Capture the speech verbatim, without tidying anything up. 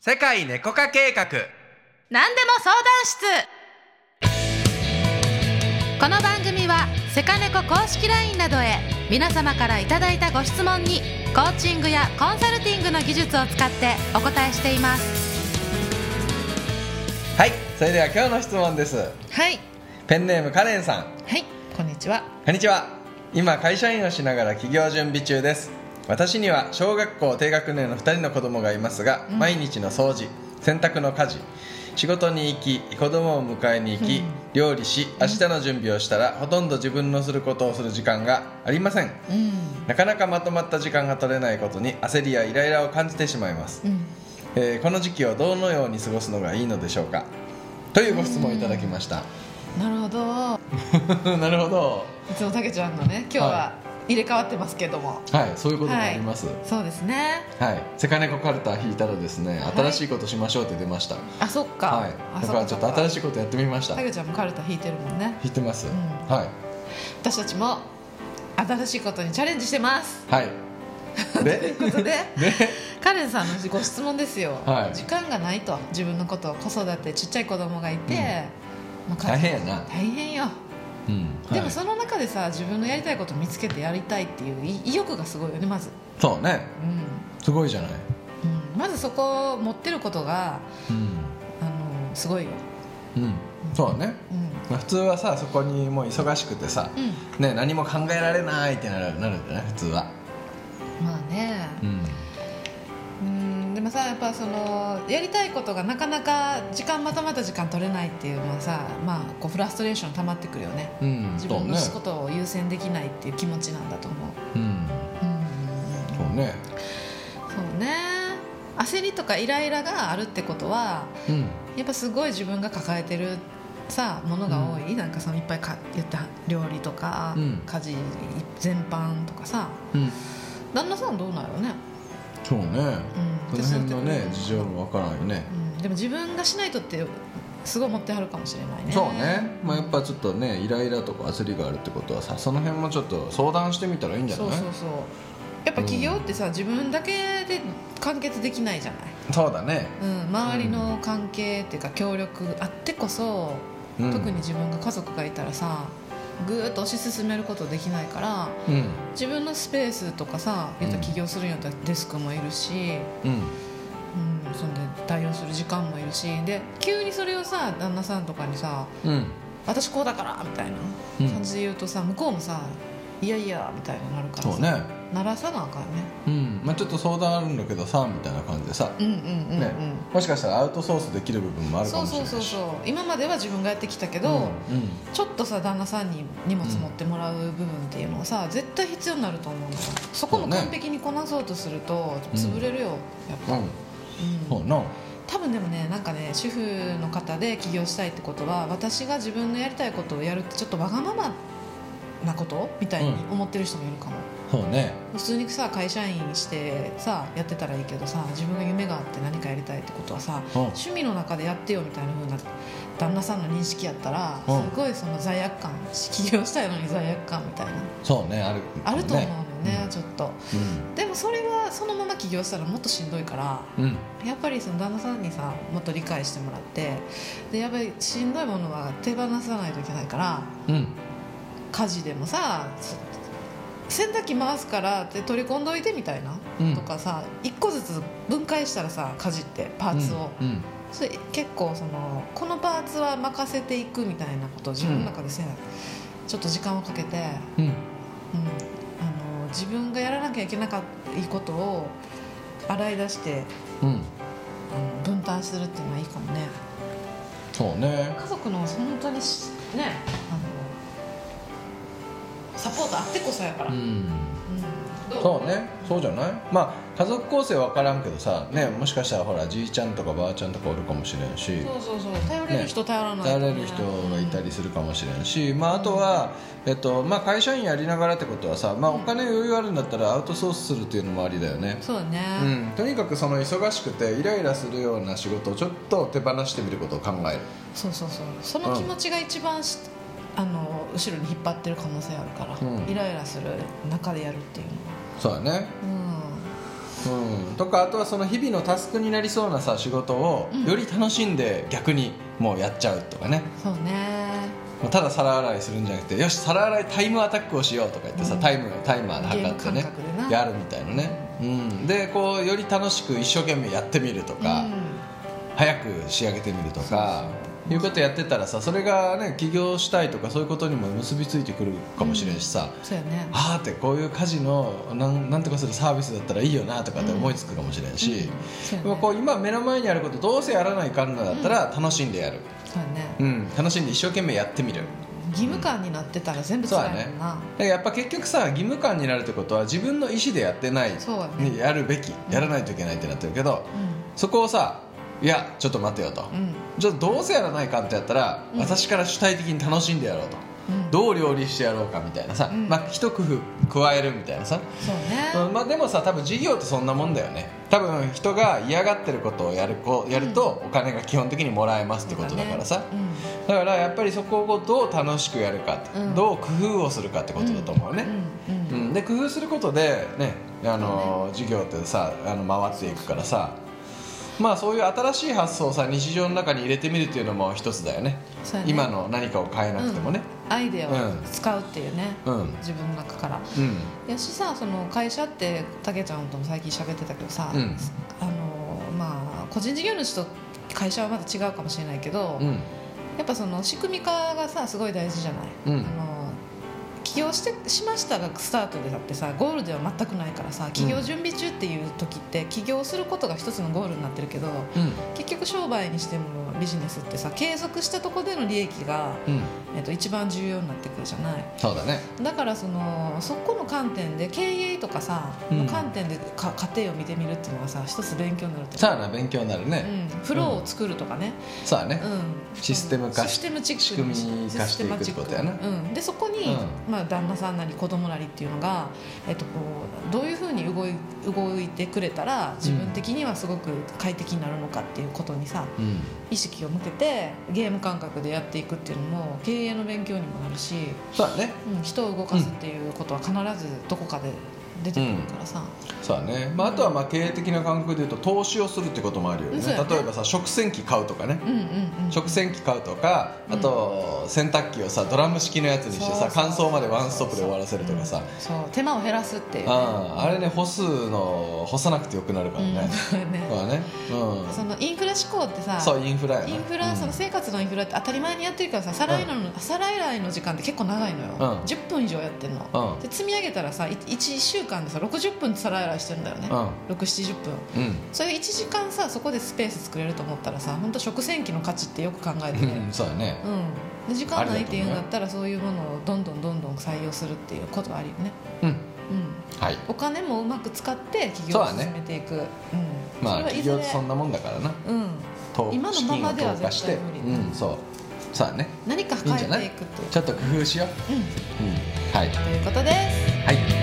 世界猫化計画、 何でも相談室。この番組はセカネコ公式 ライン などへ皆様からいただいたご質問にコーチングやコンサルティングの技術を使ってお答えしています。 はい、それでは今日の質問です。 はい、 ペンネームカレンさん。 はい、こんにちは。 こんにちは。今会社員をしながら起業準備中です。私には小学校低学年のふたりの子供がいますが、うん、毎日の掃除、洗濯の家事、仕事に行き子供を迎えに行き、うん、料理し明日の準備をしたら、うん、ほとんど自分のすることをする時間がありません、うん、なかなかまとまった時間が取れないことに焦りやイライラを感じてしまいます、うんえー、この時期をどのように過ごすのがいいのでしょうか、というご質問をいただきました。 なるほどなるほど。 いつもたけちゃんのね今日は、はい入れ替わってますけども、 はい、そういうこともあります、はい、 そうですね、 はい、セカネコカルタ引いたらですね、新しいことしましょうって出ました、はい、 あ、そっか、 はい、だからちょっと新しいことやってみました。 たけちゃんもカルタ引いてるもんね。 引いてます、うん、はい。 私たちも新しいことにチャレンジしてます。 はいでということで、カレンさんのご質問ですよ、はい、時間がないと、自分のことを子育てちっちゃい子供がいて、 うん、大変やな。 大変よ、うんはい、でもその中でさ、自分のやりたいことを見つけてやりたいっていう意欲がすごいよね、まず。 そうね、うん、すごいじゃない、 うん、まずそこを持ってることが、うん、あのすごいよ、 うん、そうね、うん、普通はさ、そこにもう忙しくてさ、うんね、何も考えられないってなるんじゃない普通は。 まあね、うんでもさ、やっぱそのやりたいことがなかなか時間まとまった時間取れないっていうのはさ、まあ、こうフラストレーション溜まってくるよね、うん、自分のことを優先できないっていう気持ちなんだと思う、うんうん、 そうねそうね。焦りとかイライラがあるってことは、うん、やっぱすごい自分が抱えてるさものが多い、うん、なんかそのいっぱいか言った料理とか、うん、家事全般とかさ、うん、旦那さんどうなのね。 そうね、うん、その辺のね事情もわからないよね、 うん、でも自分がしないとってすごい思ってはるかもしれないね。 そうね、まあ、やっぱちょっとねイライラとか焦りがあるってことはさ、その辺もちょっと相談してみたらいいんじゃない。 そうそうそう、やっぱ起業ってさ、うん、自分だけで完結できないじゃない。そうだね、 うん、周りの関係っていうか協力あってこそ、うん、特に自分が家族がいたらさぐーっと推し進めることできないから、うん、自分のスペースとかさ、言ったら起業するんやったらデスクもいるし、うんうん、そんで対応する時間もいるし、で急にそれをさ旦那さんとかにさ、うん、私こうだからみたいな感じで言うとさ、向こうもさいやいやみたいになるからさ、そうね、鳴らさなあかんね、 うんまあ、ちょっと相談あるんだけどさみたいな感じでさ、うんうんうんうんね、もしかしたらアウトソースできる部分もあるかもしれないし、 そうそうそうそう、今までは自分がやってきたけど、うんうん、ちょっとさ旦那さんに荷物持ってもらう部分っていうのはさ、絶対必要になると思うんだよ。そこも完璧にこなそうとすると潰れるよ、やっぱ、うんうん、そうな多分。でもね、なんかね、主婦の方で起業したいってことは、私が自分のやりたいことをやるってちょっとわがままなことみたいに思ってる人もいるかも、 うん、そうね。 普通にさ会社員してさやってたらいいけどさ、自分が夢があって何かやりたいってことはさ、うん、趣味の中でやってよみたいな風な旦那さんの認識やったら、うん、すごいその罪悪感、起業したいのに罪悪感みたいな、 そうね、ある、ね、 あると思うのよね、うん、ちょっと、うん、でもそれはそのまま起業したらもっとしんどいから、うん、やっぱりその旦那さんにさもっと理解してもらって、でやっぱりしんどいものは手放さないといけないから、うん家事でもさ洗濯機回すからって取り込んどいてみたいな、うん、とかさ、一個ずつ分解したらさ家事ってパーツを、うんうん、それ結構そのこのパーツは任せていくみたいなことを自分の中でせ、うん、ちょっと時間をかけて、うんうん、あの自分がやらなきゃいけなかったことを洗い出して、うん、分担するっていうのはいいかもね。 そうね、 家族の本当にね、あのサポートあってこそやから、うんうん、 そうね、そうじゃない。まあ家族構成分からんけどさ、ね、もしかしたらほらじいちゃんとかばあちゃんとかおるかもしれんし、 そうそうそう、頼れる人、ね、頼らないと、ね、頼れる人がいたりするかもしれんし、うんまあ、あとは、えっとまあ、会社員やりながらってことはさ、まあ、お金余裕あるんだったらアウトソースするっていうのもありだよね。 そうね、 うん、とにかくその忙しくてイライラするような仕事をちょっと手放してみることを考える。 そうそうそう、その気持ちが一番し、うんあの後ろに引っ張ってる可能性あるから、うん、イライラする中でやるっていうのはそうだね、 うん、とかあとはその日々のタスクになりそうなさ仕事をより楽しんで逆にもうやっちゃうとかね、 そうね、 ただ皿洗いするんじゃなくてよし皿洗いタイムアタックをしようとか言ってさ、うん、タイムタイマーで測ってねやるみたいなね、うん、でこうより楽しく一生懸命やってみるとか、うん、早く仕上げてみるとかいうことやってたらさ、それがね起業したいとかそういうことにも結びついてくるかもしれんしさ、 うん、そうやね、 あーってこういう家事のなんなんとかするサービスだったらいいよなとかって思いつくかもしれんし、うんうん、こう今目の前にあることどうせやらないかんのだったら楽しんでやる、 そうやね、 うん、楽しんで一生懸命やってみる。 義務感になってたら全部辛いもんな、うん、そうだね、だからやっぱ結局さ義務感になるってことは自分の意思でやってない、ね、やるべき、やらないといけないってなってるけど、うん、そこをさいやちょっと待てよと、うん、じゃあどうせやらないかってやったら、うん、私から主体的に楽しんでやろうと、うん、どう料理してやろうかみたいなさ、うん、まあ、一工夫加えるみたいなさ、 そうね、 うん、まあ、でもさ多分事業ってそんなもんだよね。多分人が嫌がってることをやるこうやるとお金が基本的にもらえますってことだからさ、うん、だからやっぱりそこをどう楽しくやるかって、うん、どう工夫をするかってことだと思うね、うんうんうん、で工夫することでね、あの事業ってさあの回っていくからさ、まあそういう新しい発想をさ日常の中に入れてみるっていうのも一つだよ ね, ね今の何かを変えなくてもね、 うん、アイデアを使うっていうね、うん、自分の中から、うん、やしさ、その会社ってたけちゃんとも最近喋ってたけどさ、うん、あのまあ個人事業主と会社はまた違うかもしれないけど、うん、やっぱその仕組み化がさすごい大事じゃない、うん、あの起業してしましたがスタートでだってさゴールでは全くないからさ、起業準備中っていう時って起業することが一つのゴールになってるけど、うん、結局商売にしてもビジネスってさ継続したところでの利益が、うん、えっと、一番重要になってくるじゃない。 そうだね。 だからそのそこの観点で経営とかさ、うん、の観点でか家庭を見てみるっていうのがさ一つ勉強になるって。 さあな勉強になるね、 うん、フローを作るとかね、 うん、そうだね、うん、システム化しシステムチック仕組み化していくってことやな、 うん、でそこに、うん、まあ、旦那さんなり子供なりっていうのが、えっと、こうどういうふうに動い、動いてくれたら自分的にはすごく快適になるのかっていうことにさ、うん、意識を向けてゲーム感覚でやっていくっていうのも経営の勉強にもなるし、 そうだね、 うん、人を動かすっていうことは必ずどこかで出てくるからさ、 うん、そうだね、まあ、あとはまあ経営的な感覚でいうと投資をするってこともあるよね、うん、例えばさ食洗機買うとかね、うんうんうん、食洗機買うとか、あと洗濯機をさドラム式のやつにしてさ乾燥までワンストップで終わらせるとかさ、 そう手間を減らすっていう、ね、 あ, あれね干すの干さなくてよくなるからね、うん、そうね、 そうね、うん、そのインフラ志向ってさ、 そうインフラやな、 インフラ、うん、その生活のインフラって当たり前にやってるからさ、皿洗いの、うん、皿洗いの時間って結構長いのよ、うん、じゅっぷん以上やってるの、うん、で積み上げたらさいちしゅうかんでさろくじゅっぷん皿洗いしてるんだよね、うん、ろく、ななじゅっぷん、うん、それいちじかんさそこでスペース作れると思ったらさ本当食洗機の価値ってよく考えて、 うん、そうだね、 うん、で時間ないっていうんだったらそういうものをどんどんどんどん採用するっていうことはあるよね、うんうん、はい、お金もうまく使って企業を進めていく、う、ね、うん、 まあ企業ってそんなもんだからな、 うん、今のままでは絶対無理、 うん、そうそうだね、 何か変えていくっていうちょっと工夫しよう、うん、うん、はい、 ということです。 はい。